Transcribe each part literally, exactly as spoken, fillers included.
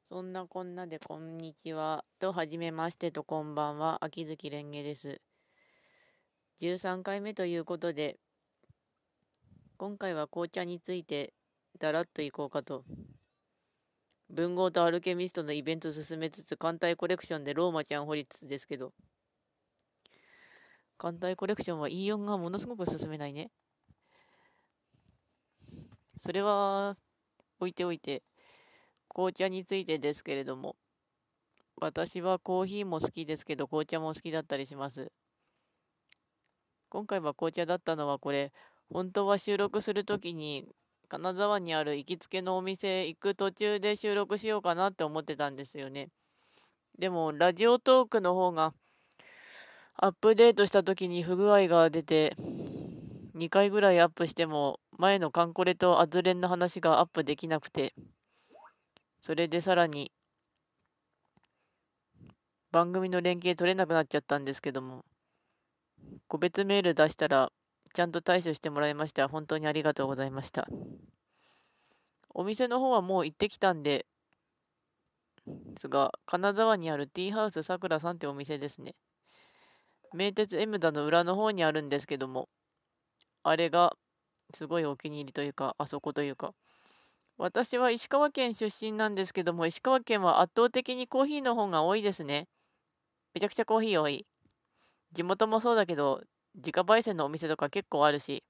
そんなこんなでこんにちはとはじめましてとこんばんは、秋月蓮華です。じゅうさんかいめということで、今回は紅茶についてだらっといこうかと。文豪とアルケミストのイベント進めつつ、艦隊コレクションでローマちゃん掘りつつですけど、艦隊コレクションは イーよん がものすごく進めないね。それは置いておいて、紅茶についてですけれども、私はコーヒーも好きですけど、紅茶も好きだったりします。今回は紅茶だったのはこれ、本当は収録するときに金沢にある行きつけのお店行く途中で収録しようかなって思ってたんですよね。でも、ラジオトークの方がアップデートしたときに不具合が出て、にかいぐらいアップしても前のカンコレとアズレンの話がアップできなくて、それでさらに番組の連携取れなくなっちゃったんですけども、個別メール出したらちゃんと対処してもらいました。本当にありがとうございました。お店の方はもう行ってきたんですが、金沢にあるティーハウスさくらさんってお店ですね。名鉄エムダの裏の方にあるんですけども、あれがすごいお気に入りというか、あそこというか。私は石川県出身なんですけども、石川県は圧倒的にコーヒーの方が多いですね。めちゃくちゃコーヒー多い。地元もそうだけど、自家焙煎のお店とか結構あるし。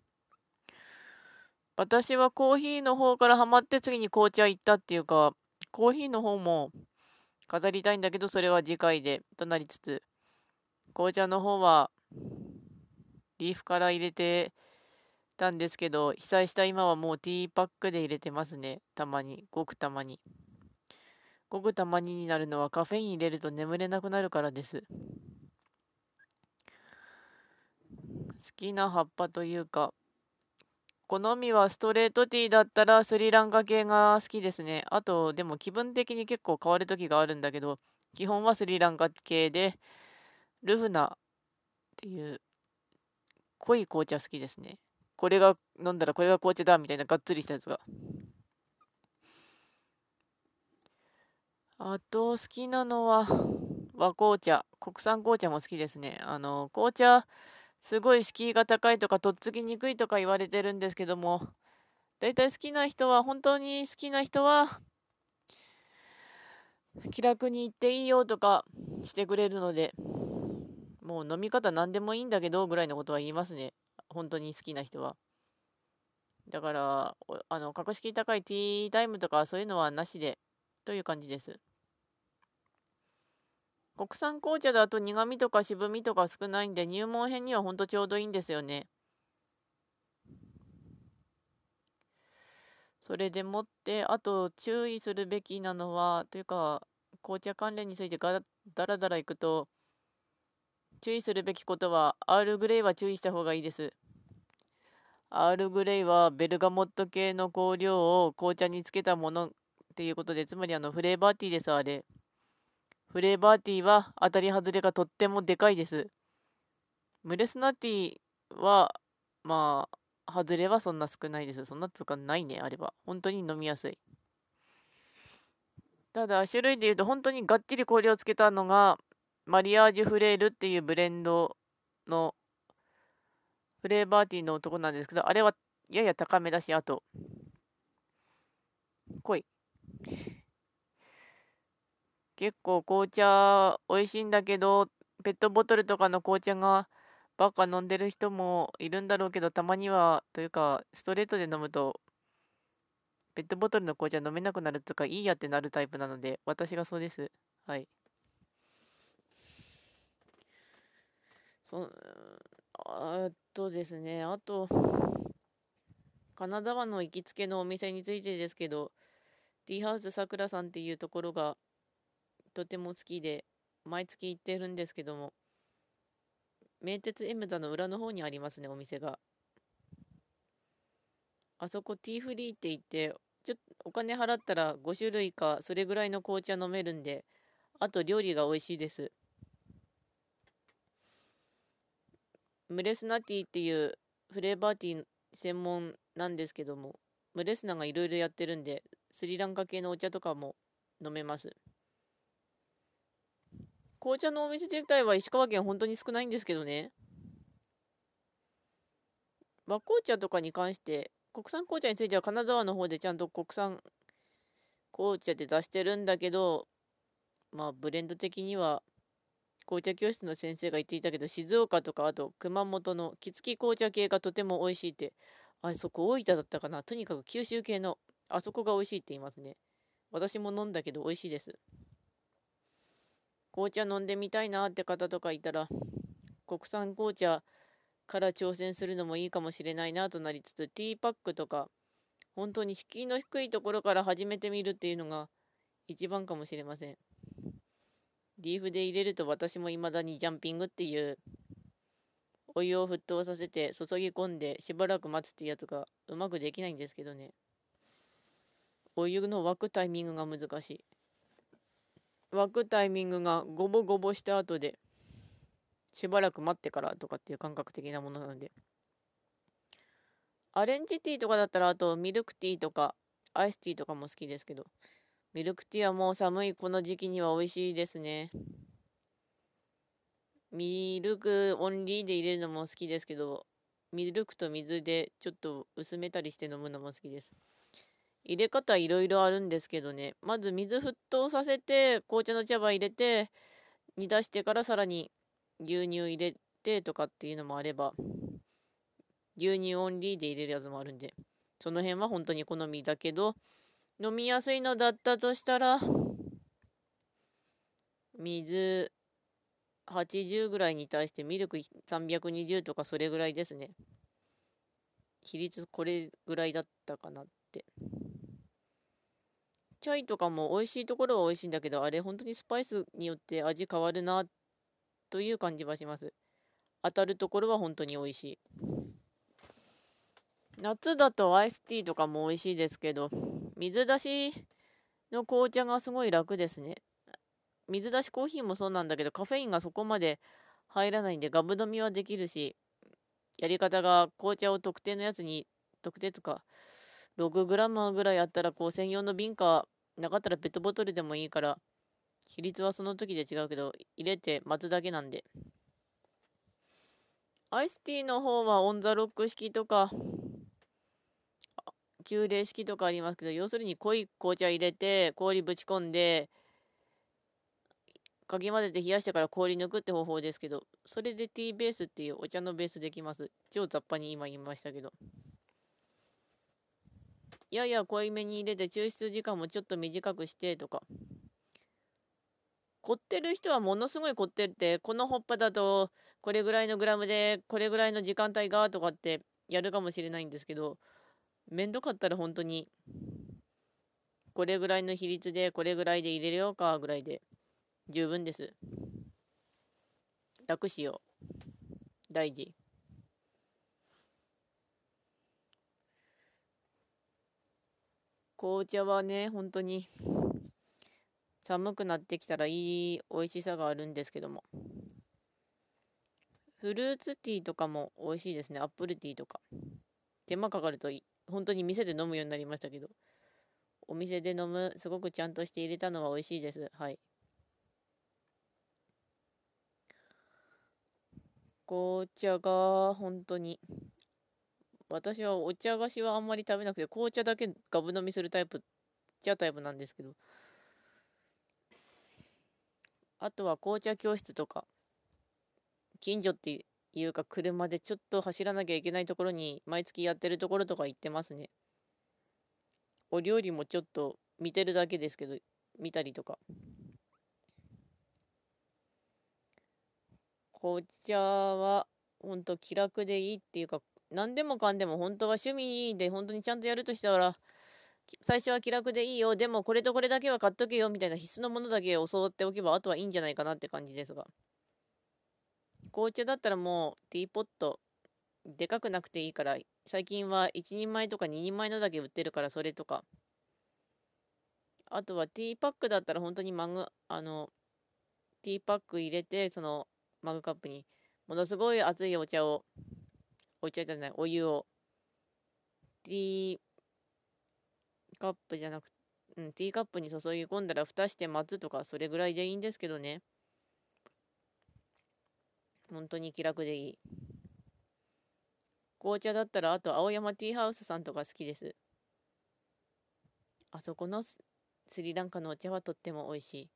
私はコーヒーの方からハマって次に紅茶行ったっていうか、コーヒーの方も語りたいんだけど、それは次回でとなりつつ、紅茶の方はリーフから入れてたんですけど、被災した今はもうティーパックで入れてますね。たまに。ごくたまに。ごくたまにになるのはカフェイン入れると眠れなくなるからです。好きな葉っぱというか、好みはストレートティーだったらスリランカ系が好きですね。あと、でも気分的に結構変わる時があるんだけど、基本はスリランカ系で、ルフナっていう濃い紅茶好きですね。これが飲んだらこれが紅茶だみたいながっつりしたやつが。あと好きなのは和紅茶。国産紅茶も好きですね。あの、紅茶すごい敷居が高いとかとっつきにくいとか言われてるんですけども、だいたい好きな人は、本当に好きな人は気楽に行っていいよとかしてくれるので、もう飲み方何でもいいんだけどぐらいのことは言いますね。本当に好きな人は。だから、あの、格式高いティータイムとかそういうのはなしで、という感じです。国産紅茶だと苦味とか渋みとか少ないんで、入門編にはほんとちょうどいいんですよね。それでもって、あと注意するべきなのは、というか、紅茶関連についてがだらだらいくと、注意するべきことは、アールグレイは注意した方がいいです。アールグレイはベルガモット系の香料を紅茶につけたものっていうことで、つまりあのフレーバーティーです、あれ。フレーバーティーは当たり外れがとってもでかいです。ムレスナティは、まあ、外れはそんな少ないです。そんなつかないね、あれば。本当に飲みやすい。ただ、種類で言うと本当にがっちり氷をつけたのが、マリアージュフレールっていうブレンドのフレーバーティーの男なんですけど、あれはやや高めだし、あと、濃い。結構紅茶美味しいんだけど、ペットボトルとかの紅茶がばっか飲んでる人もいるんだろうけど、たまには、というか、ストレートで飲むと、ペットボトルの紅茶飲めなくなるとか、いいやってなるタイプなので、私がそうです。はい。そ、あとですね、あと、金沢の行きつけのお店についてですけど、ティーハウスさくらさんっていうところがとても好きで、毎月行ってるんですけども、名鉄エムダの裏の方にありますね、お店が。あそこティーフリーって言って、ちょっとお金払ったらご種類かそれぐらいの紅茶飲めるんで、あと料理が美味しいです。ムレスナティっていうフレーバーティー専門なんですけども、ムレスナがいろいろやってるんで、スリランカ系のお茶とかも飲めます。紅茶のお店自体は石川県本当に少ないんですけどね。和紅茶とかに関して、国産紅茶については金沢の方でちゃんと国産紅茶で出してるんだけど、まあブレンド的には紅茶教室の先生が言っていたけど、静岡とかあと熊本の木付紅茶系がとても美味しいって、あれそこ大分だったかな、とにかく九州系のあそこが美味しいって言いますね。私も飲んだけど美味しいです。紅茶飲んでみたいなって方とかいたら、国産紅茶から挑戦するのもいいかもしれないなとなりつつ、ティーパックとか、本当に敷居の低いところから始めてみるっていうのが一番かもしれません。リーフで入れると私も未だにジャンピングっていうお湯を沸騰させて注ぎ込んでしばらく待つってやつがうまくできないんですけどね。お湯の沸くタイミングが難しい。沸くタイミングがゴボゴボした後でしばらく待ってからとかっていう感覚的なものなので。アレンジティーとかだったらあとミルクティーとかアイスティーとかも好きですけど、ミルクティーはもう寒いこの時期には美味しいですね。ミルクオンリーで入れるのも好きですけど、ミルクと水でちょっと薄めたりして飲むのも好きです。入れ方いろいろあるんですけどね。まず水沸騰させて、紅茶の茶葉入れて、煮出してからさらに牛乳入れてとかっていうのもあれば、牛乳オンリーで入れるやつもあるんで、その辺は本当に好みだけど、飲みやすいのだったとしたら、水はちじゅうぐらいに対してミルクさんびゃくにじゅうとかそれぐらいですね。比率これぐらいだったかなって。チャイとかも美味しいところは美味しいんだけど、あれ本当にスパイスによって味変わるなという感じはします。当たるところは本当に美味しい。夏だとアイスティーとかも美味しいですけど、水出しの紅茶がすごい楽ですね。水出しコーヒーもそうなんだけど、カフェインがそこまで入らないんでガブ飲みはできるし、やり方が紅茶を特定のやつに、特定つか、ろくグラムぐらいあったらこう専用の瓶か、なかったらペットボトルでもいいから、比率はその時で違うけど、入れて待つだけなんで。アイスティーの方はオンザロック式とか、急冷式とかありますけど、要するに濃い紅茶入れて、氷ぶち込んで、かき混ぜて冷やしてから氷抜くって方法ですけど、それでティーベースっていうお茶のベースできます。超雑把に今言いましたけど。やや濃いめに入れて抽出時間もちょっと短くしてとか。凝ってる人はものすごい凝ってって、このホッパだとこれぐらいのグラムでこれぐらいの時間帯がとかってやるかもしれないんですけど、めんどかったら本当にこれぐらいの比率でこれぐらいで入れようかぐらいで十分です。楽しよう。大事。紅茶はね、本当に寒くなってきたらいい美味しさがあるんですけども。フルーツティーとかも美味しいですね。アップルティーとか。手間かかると本当に店で飲むようになりましたけど。お店で飲む、すごくちゃんとして入れたのは美味しいです。はい。紅茶が本当に。私はお茶菓子はあんまり食べなくて、紅茶だけガブ飲みするタイプ、じゃタイプなんですけど。あとは紅茶教室とか、近所っていうか車でちょっと走らなきゃいけないところに毎月やってるところとか行ってますね。お料理もちょっと見てるだけですけど、見たりとか。紅茶は本当気楽でいいっていうか、何でもかんでも本当は趣味で本当にちゃんとやるとしたら、最初は気楽でいいよ、でもこれとこれだけは買っとけよみたいな必須のものだけ教わっておけば、あとはいいんじゃないかなって感じですが。紅茶だったらもうティーポット、でかくなくていいから、最近はいちにんまえとかににんまえのだけ売ってるから、それとか。あとはティーパックだったら本当にマグ、あの、ティーパック入れて、そのマグカップにものすごい熱いお茶を、お茶じゃない、お湯を、ティーカップじゃなくて、 うん、ティーカップに注ぎ込んだら蓋して待つとか、それぐらいでいいんですけどね。本当に気楽でいい。紅茶だったら、あと青山ティーハウスさんとか好きです。あそこのススリランカのお茶はとっても美味しい。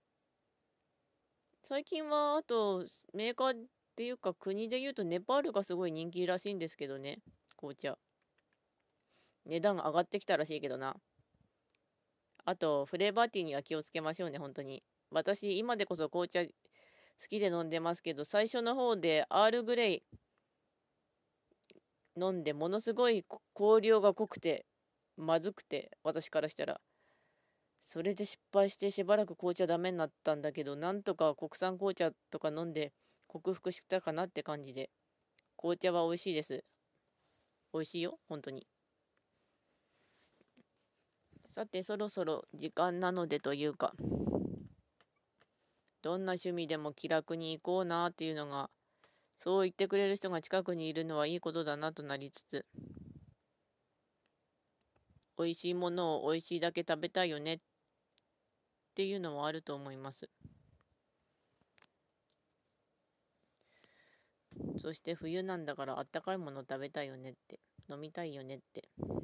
最近は、あと、メーカーっていうか国で言うとネパールがすごい人気らしいんですけどね。紅茶。値段上がってきたらしいけどな。あと、フレーバーティーには気をつけましょうね、本当に。私、今でこそ紅茶好きで飲んでますけど、最初の方でアールグレイ飲んで、ものすごい香料が濃くて、まずくて、私からしたら。それで失敗してしばらく紅茶ダメになったんだけど、なんとか国産紅茶とか飲んで克服したかなって感じで。紅茶は美味しいです。美味しいよ、本当に。さて、そろそろ時間なのでというか、どんな趣味でも気楽に行こうなっていうのが、そう言ってくれる人が近くにいるのはいいことだなとなりつつ、美味しいものを美味しいだけ食べたいよねっていうのもあると思います。そして冬なんだからあったかいもの食べたいよねって、飲みたいよねって。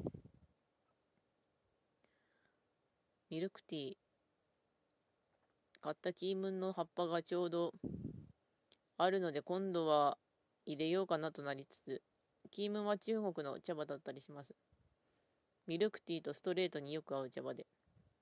ミルクティー、買ったキームンの葉っぱがちょうどあるので今度は入れようかなとなりつつ、キームンは中国の茶葉だったりします。ミルクティーとストレートによく合う茶葉で、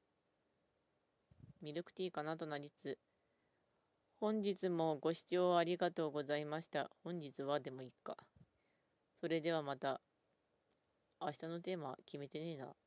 ミルクティーかなとなりつつ、本日もご視聴ありがとうございました。本日はでもいいか。それではまた、明日のテーマ決めてねえな。